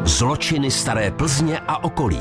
Zločiny Staré Plzně a okolí.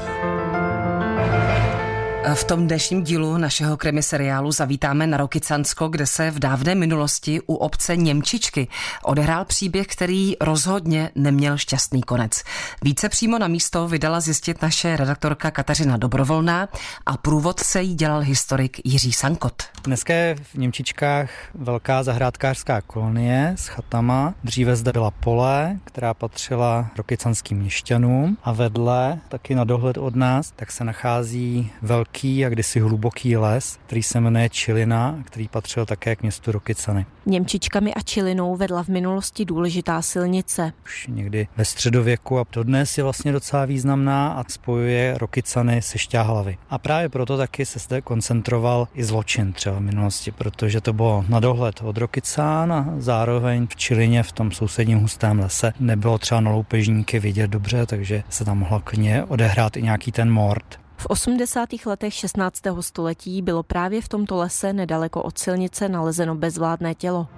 V tom dnešním dílu našeho krimiseriálu zavítáme na Rokycansko, kde se v dávné minulosti u obce Němčičky odehrál příběh, který rozhodně neměl šťastný konec. Více přímo na místo vydala zjistit naše redaktorka Kateřina Dobrovolná a průvodce jí dělal historik Jiří Sankot. Dneska je v Němčičkách velká zahrádkářská kolonie s chatama. Dříve zde byla pole, která patřila rokycanským měšťanům, a vedle, taky na dohled od nás, tak se nachází velký a kdysi hluboký les, který se jmenuje Čilina, který patřil také k městu Rokycany. Němčičkami a Čilinou vedla v minulosti důležitá silnice. Už někdy ve středověku a dodnes je vlastně docela významná a spojuje Rokycany se Šťáhlavy. A právě proto taky se zde koncentroval i zločin třeba v minulosti, protože to bylo na dohled od Rokycán a zároveň v Čilině, v tom sousedním hustém lese, nebylo třeba na loupežníky vidět dobře, takže se tam mohla klidně odehrát i nějaký ten mord. V 80. letech 16. století bylo právě v tomto lese nedaleko od silnice nalezeno bezvládné tělo.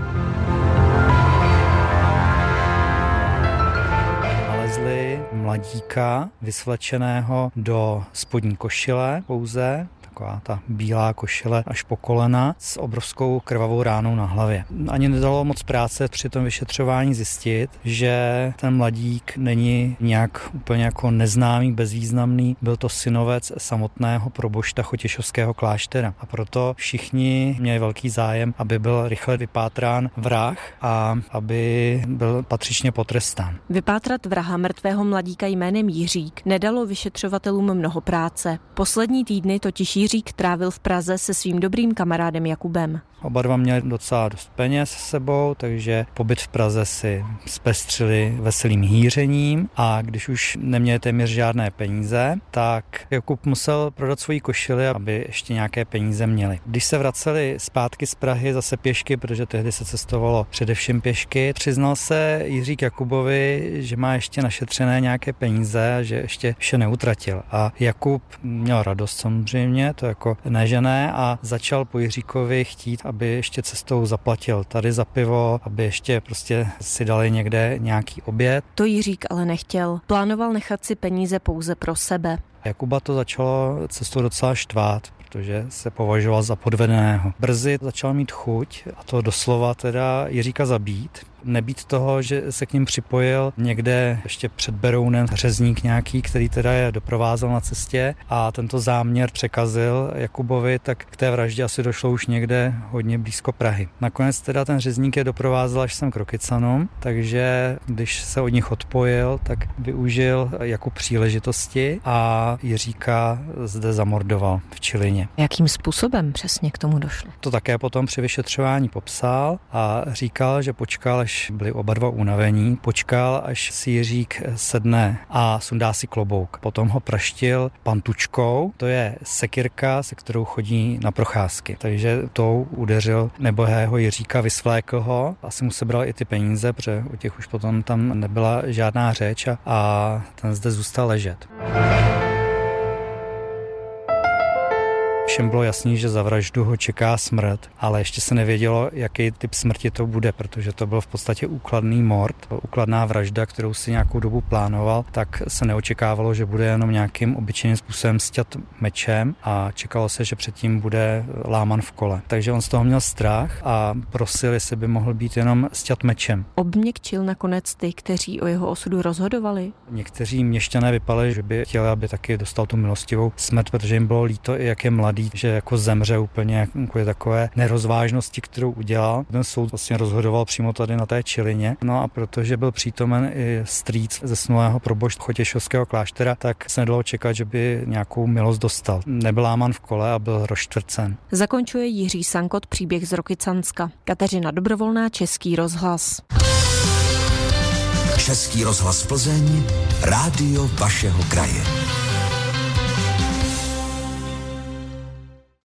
Nalezli mladíka vysvlečeného do spodní košile pouze, taková ta bílá košile až po kolena s obrovskou krvavou ránou na hlavě. Ani nedalo moc práce při tom vyšetřování zjistit, že ten mladík není nějak úplně jako neznámý, bezvýznamný. Byl to synovec samotného probošta Chotěšovského kláštera. A proto všichni měli velký zájem, aby byl rychle vypátrán vrah a aby byl patřičně potrestán. Vypátrat vraha mrtvého mladíka jménem Jiřík nedalo vyšetřovatelům mnoho práce. Poslední týdny totiž Jiřík trávil v Praze se svým dobrým kamarádem Jakubem. Oba dva měli docela dost peněz s sebou, takže pobyt v Praze si zpestřili veselým hýřením, a když už neměli téměř žádné peníze, tak Jakub musel prodat svoji košili, aby ještě nějaké peníze měli. Když se vraceli zpátky z Prahy zase pěšky, protože tehdy se cestovalo především pěšky, přiznal se Jiřík Jakubovi, že má ještě našetřené nějaké peníze a že ještě vše neutratil. A Jakub měl radost samozřejmě, to jako nežené, a začal po Jiříkovi chtít, aby ještě cestou zaplatil tady za pivo, aby ještě prostě si dali někde nějaký oběd. To Jiřík ale nechtěl. Plánoval nechat si peníze pouze pro sebe. Jakuba to začalo cestou docela štvát, protože se považoval za podvedeného. Brzy začal mít chuť, a to doslova teda Jiříka zabít. Nebýt toho, že se k ním připojil někde ještě před Berounem řezník nějaký, který teda je doprovázel na cestě, a tento záměr překazil Jakubovi, tak k té vraždě asi došlo už někde hodně blízko Prahy. Nakonec teda ten řezník je doprovázel až sem k Rokycanům, takže když se od nich odpojil, tak využil Jakub příležitosti a Jiříka zde zamordoval v Čilině. Jakým způsobem přesně k tomu došlo? To také potom při vyšetřování popsal a říkal, že počkal, až byli oba dva unavení, počkal, až si Jiřík sedne a sundá si klobouk. Potom ho praštil pantučkou, to je sekyrka, se kterou chodí na procházky. Takže tou udeřil nebohého Jiříka, vysvlékl ho, asi mu sebral i ty peníze, protože o těch už potom tam nebyla žádná řeč, a ten zde zůstal ležet. Všem bylo jasný, že za vraždu ho čeká smrt, ale ještě se nevědělo, jaký typ smrti to bude, protože to byl v podstatě úkladný mord, úkladná vražda, kterou si nějakou dobu plánoval, tak se neočekávalo, že bude jenom nějakým obyčejným způsobem sťat mečem, a čekalo se, že předtím bude láman v kole. Takže on z toho měl strach a prosil, jestli by mohl být jenom sťat mečem. Obměkčil nakonec ty, kteří o jeho osudu rozhodovali? Někteří měšťané vypadali, že by chtěli, aby taky dostal tu milostivou smrt, protože jim bylo líto, i jak je mladý, že jako zemře úplně jako takové nerozvážnosti, kterou udělal. Ten soud vlastně rozhodoval přímo tady na té Čilině. No a protože byl přítomen i strýc zesnulého probošta Chotěšovského kláštera, tak se nedalo čekat, že by nějakou milost dostal. Nebyl láman v kole a byl rozštvrcen. Zakončuje Jiří Sankot příběh z Rokycanska. Kateřina Dobrovolná, Český rozhlas. Český rozhlas Plzeň, rádio vašeho kraje.